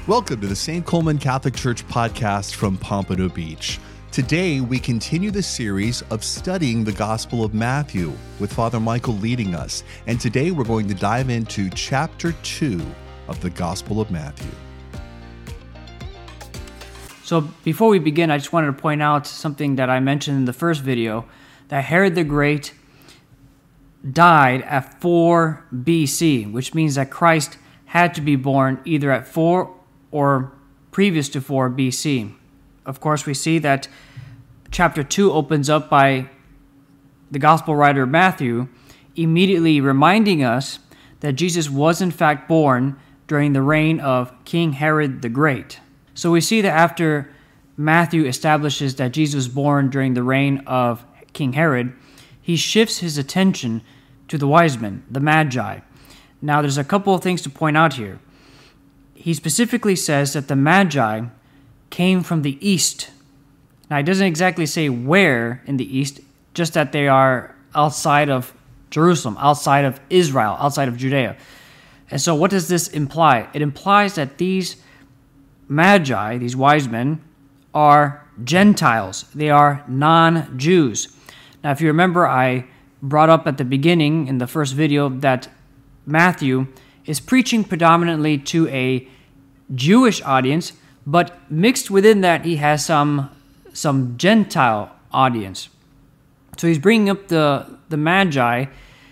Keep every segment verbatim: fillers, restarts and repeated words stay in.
Welcome to the Saint Coleman Catholic Church podcast from Pompano Beach. Today, we continue the series of studying the Gospel of Matthew with Father Michael leading us. And today, we're going to dive into chapter two of the Gospel of Matthew. So before we begin, I just wanted to point out something that I mentioned in the first video, that Herod the Great died at four B C, which means that Christ had to be born either at four or previous to four B C. Of course, we see that chapter two opens up by the gospel writer Matthew immediately reminding us that Jesus was in fact born during the reign of King Herod the Great. So we see that after Matthew establishes that Jesus was born during the reign of King Herod, he shifts his attention to the wise men, the Magi. Now, there's a couple of things to point out here. He specifically says that the Magi came from the east. Now, he doesn't exactly say where in the east, just that they are outside of Jerusalem, outside of Israel, outside of Judea. And so what does this imply? It implies that these Magi, these wise men, are Gentiles. They are non-Jews. Now, if you remember, I brought up at the beginning in the first video that Matthew is preaching predominantly to a Jewish audience, but mixed within that he has some some Gentile audience. So he's bringing up the, the Magi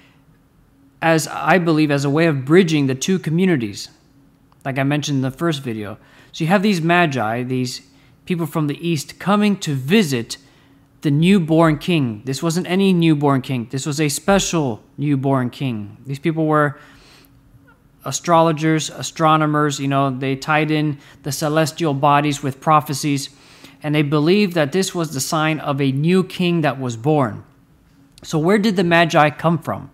as, I believe, as a way of bridging the two communities, like I mentioned in the first video. So you have these Magi, these people from the east, coming to visit the newborn king. This wasn't any newborn king. This was a special newborn king. These people were astrologers, astronomers. You know, they tied in the celestial bodies with prophecies, and they believed that this was the sign of a new king that was born. So where did the Magi come from?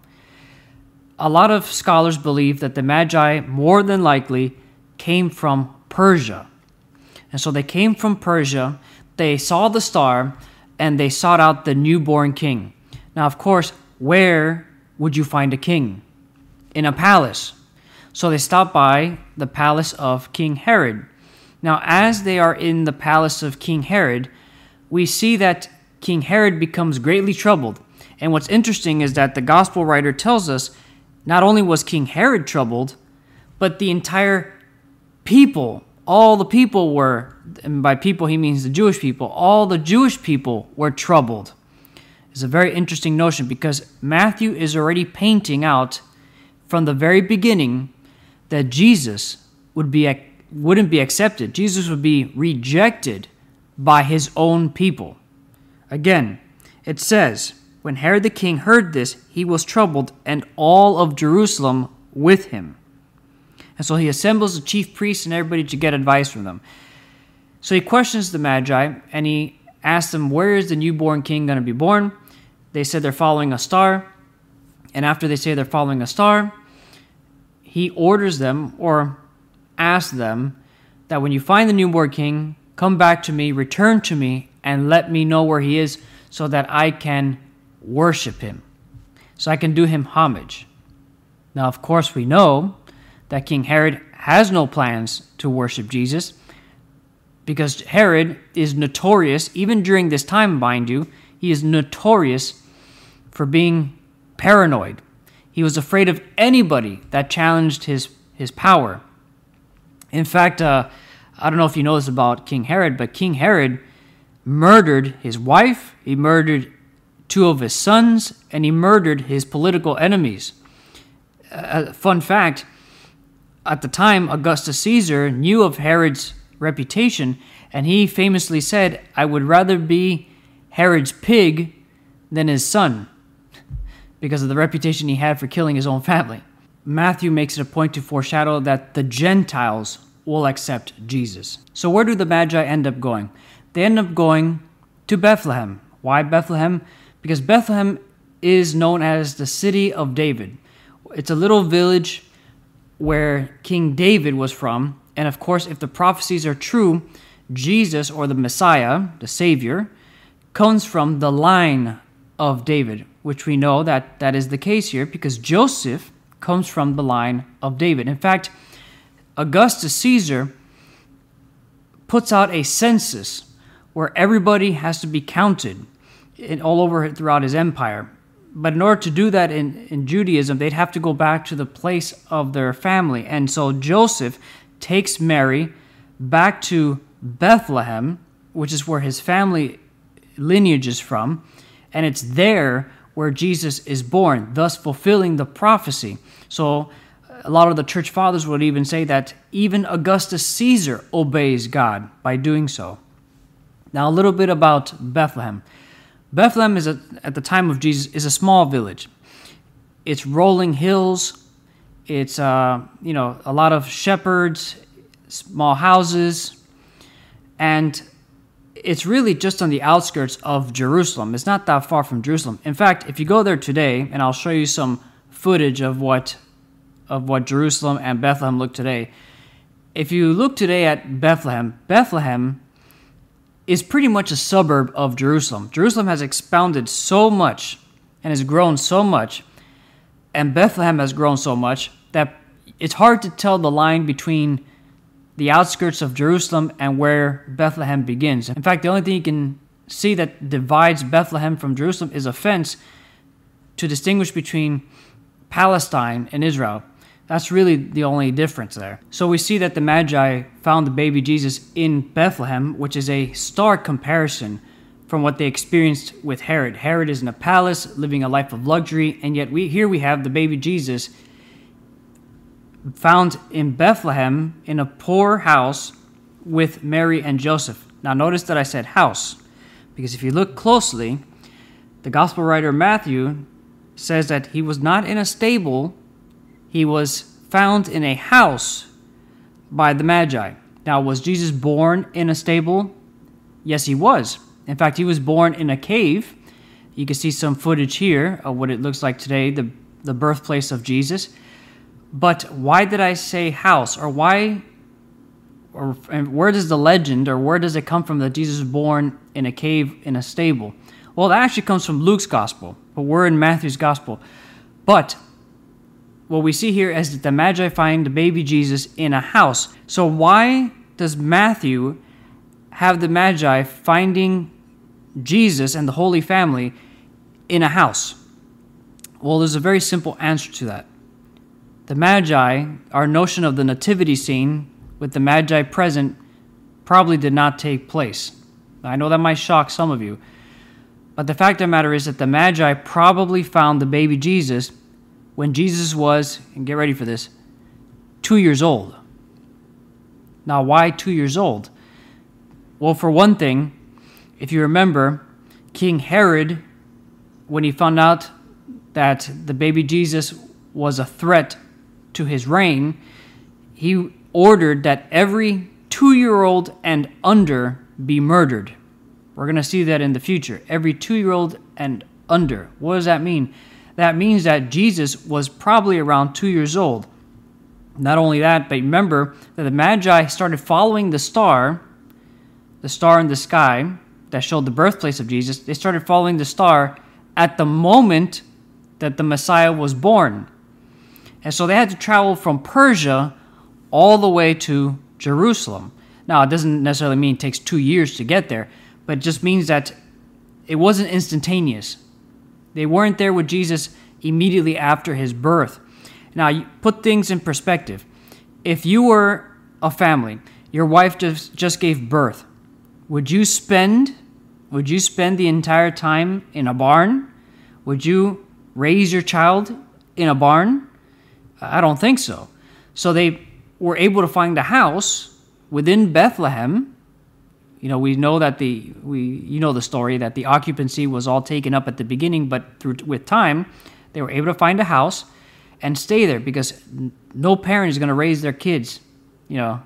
A lot of scholars believe that the Magi more than likely came from Persia. And so they came from Persia, they saw the star, and they sought out the newborn king. Now, of course, where would you find a king? In a palace. So they stopped by the palace of King Herod. Now, as they are in the palace of King Herod, we see that King Herod becomes greatly troubled. And what's interesting is that the gospel writer tells us not only was King Herod troubled, but the entire people, all the people were, and by people he means the Jewish people, all the Jewish people were troubled. It's a very interesting notion because Matthew is already painting out from the very beginning that Jesus would be wouldn't be accepted. Jesus would be rejected by his own people. Again, it says, when Herod the king heard this, he was troubled, and all of Jerusalem with him. And so he assembles the chief priests and everybody to get advice from them. So he questions the Magi, and he asks them, where is the newborn king going to be born? They said they're following a star. And after they say they're following a star, he orders them, or asks them, that when you find the newborn king, come back to me, return to me, and let me know where he is so that I can worship him, so I can do him homage. Now, of course, we know that King Herod has no plans to worship Jesus because Herod is notorious, even during this time, mind you, he is notorious for being paranoid. He was afraid of anybody that challenged his, his power. In fact, uh, I don't know if you know this about King Herod, but King Herod murdered his wife, he murdered two of his sons, and he murdered his political enemies. Uh, fun fact, at the time, Augustus Caesar knew of Herod's reputation, and he famously said, I would rather be Herod's pig than his son, because of the reputation he had for killing his own family. Matthew makes it a point to foreshadow that the Gentiles will accept Jesus. So where do the Magi end up going? They end up going to Bethlehem. Why Bethlehem? Because Bethlehem is known as the city of David. It's a little village where King David was from. And of course, if the prophecies are true, Jesus, or the Messiah, the Savior, comes from the line of David, which we know that that is the case here because Joseph comes from the line of David. In fact, Augustus Caesar puts out a census where everybody has to be counted in, all over throughout his empire. But in order to do that in, in Judaism, they'd have to go back to the place of their family. And so Joseph takes Mary back to Bethlehem, which is where his family lineage is from, and it's there where Jesus is born, thus fulfilling the prophecy. So a lot of the church fathers would even say that even Augustus Caesar obeys God by doing so. Now, a little bit about Bethlehem. Bethlehem is a, at the time of Jesus is a small village. It's rolling hills. It's uh, you know a lot of shepherds, small houses, and it's really just on the outskirts of Jerusalem. It's not that far from Jerusalem. In fact, if you go there today, and I'll show you some footage of what of what Jerusalem and Bethlehem look today. If you look today at Bethlehem, Bethlehem is pretty much a suburb of Jerusalem. Jerusalem has expounded so much and has grown so much, and Bethlehem has grown so much that it's hard to tell the line between the outskirts of Jerusalem and where Bethlehem begins. In fact, the only thing you can see that divides Bethlehem from Jerusalem is a fence to distinguish between Palestine and Israel. That's really the only difference there. So we see that the Magi found the baby Jesus in Bethlehem, which is a stark comparison from what they experienced with Herod. Herod is in a palace, living a life of luxury, and yet we here we have the baby Jesus found in Bethlehem in a poor house with Mary and Joseph. Now notice that I said house, because if you look closely, the gospel writer Matthew says that he was not in a stable, he was found in a house by the Magi. Now, was Jesus born in a stable? Yes, he was. In fact, he was born in a cave. You can see some footage here of what it looks like today, the, the birthplace of Jesus. But why did I say house? Or why, or and where does the legend, or where does it come from that Jesus was born in a cave in a stable? Well, that actually comes from Luke's gospel, but we're in Matthew's gospel. But what we see here is that the Magi find the baby Jesus in a house. So why does Matthew have the Magi finding Jesus and the Holy Family in a house? Well, there's a very simple answer to that. The Magi, our notion of the nativity scene with the Magi present, probably did not take place. I know that might shock some of you, but the fact of the matter is that the Magi probably found the baby Jesus when Jesus was, and get ready for this, two years old. Now, why two years old? Well, for one thing, if you remember, King Herod, when he found out that the baby Jesus was a threat to his reign, he ordered that every two-year-old and under be murdered. We're going to see that in the future. Every two-year-old and under. What does that mean? That means that Jesus was probably around two years old. Not only that, but remember that the Magi started following the star, the star in the sky that showed the birthplace of Jesus. They started following the star at the moment that the Messiah was born. And so they had to travel from Persia all the way to Jerusalem. Now, it doesn't necessarily mean it takes two years to get there, but it just means that it wasn't instantaneous. They weren't there with Jesus immediately after his birth. Now, you put things in perspective. If you were a family, your wife just, just gave birth, would you spend, would you spend the entire time in a barn? Would you raise your child in a barn? I don't think so. So they were able to find a house within Bethlehem. You know, we know that the we you know the story that the occupancy was all taken up at the beginning, but through with time, they were able to find a house and stay there because no parent is going to raise their kids. You know,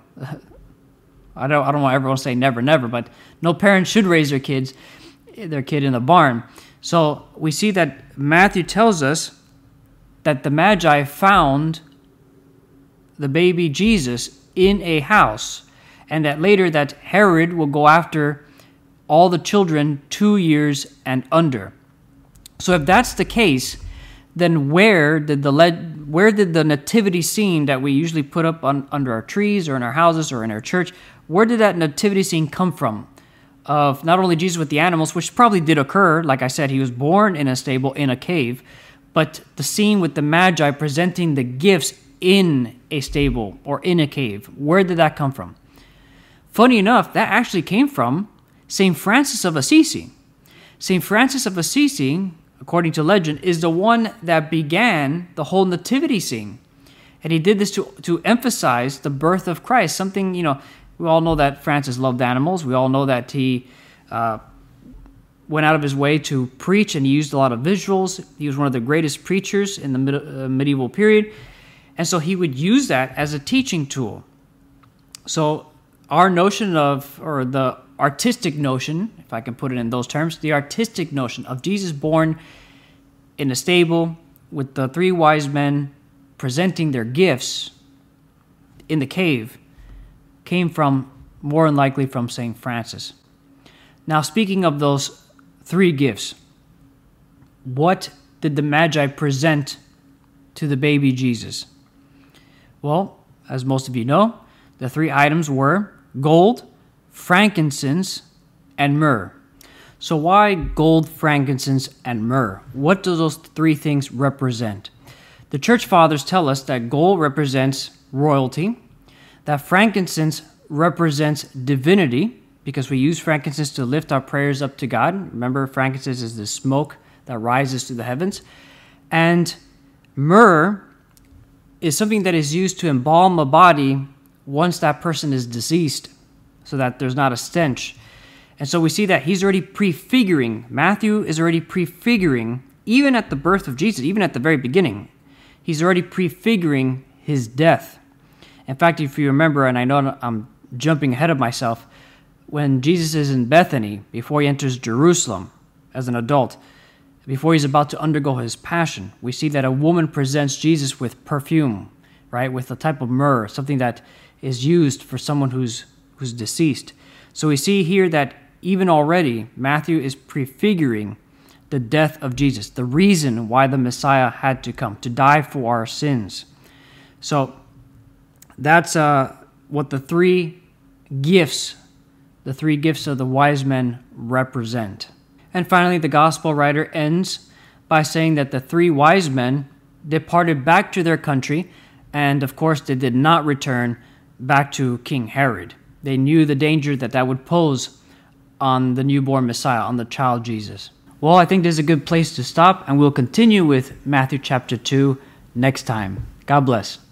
I don't I don't want everyone to say never never, but no parent should raise their kids their kid in the barn. So we see that Matthew tells us that the Magi found the baby Jesus in a house. And that later that Herod will go after all the children two years and under. So if that's the case, then where did the le- where did the nativity scene that we usually put up on, under our trees or in our houses or in our church, where did that nativity scene come from? Of not only Jesus with the animals, which probably did occur, like I said, he was born in a stable in a cave, but the scene with the Magi presenting the gifts in a stable or in a cave, where did that come from? Funny enough, that actually came from Saint Francis of Assisi. Saint Francis of Assisi, according to legend, is the one that began the whole nativity scene. And he did this to, to emphasize the birth of Christ, something, you know, we all know that Francis loved animals. We all know that he uh, went out of his way to preach, and he used a lot of visuals. He was one of the greatest preachers in the mid- uh, medieval period. And so he would use that as a teaching tool. So our notion of, or the artistic notion, if I can put it in those terms, the artistic notion of Jesus born in a stable with the three wise men presenting their gifts in the cave came from, more than likely, from Saint Francis. Now, speaking of those three gifts, what did the Magi present to the baby Jesus? Well, as most of you know, the three items were gold, frankincense, and myrrh. So why gold, frankincense, and myrrh? What do those three things represent? The church fathers tell us that gold represents royalty, that frankincense represents divinity, because we use frankincense to lift our prayers up to God. Remember, frankincense is the smoke that rises to the heavens. And myrrh is something that is used to embalm a body once that person is deceased, so that there's not a stench. And so we see that he's already prefiguring, Matthew is already prefiguring, even at the birth of Jesus, even at the very beginning, he's already prefiguring his death. In fact, if you remember, and I know I'm jumping ahead of myself, when Jesus is in Bethany, before he enters Jerusalem as an adult, before he's about to undergo his passion, we see that a woman presents Jesus with perfume, right, with a type of myrrh, something that is used for someone who's who's deceased. So we see here that even already, Matthew is prefiguring the death of Jesus, the reason why the Messiah had to come, to die for our sins. So that's uh, what the three gifts, the three gifts of the wise men represent. And finally, the gospel writer ends by saying that the three wise men departed back to their country, and of course they did not return back to King Herod. They knew the danger that that would pose on the newborn Messiah, on the child Jesus. Well, I think this is a good place to stop, and we'll continue with Matthew chapter two next time. God bless.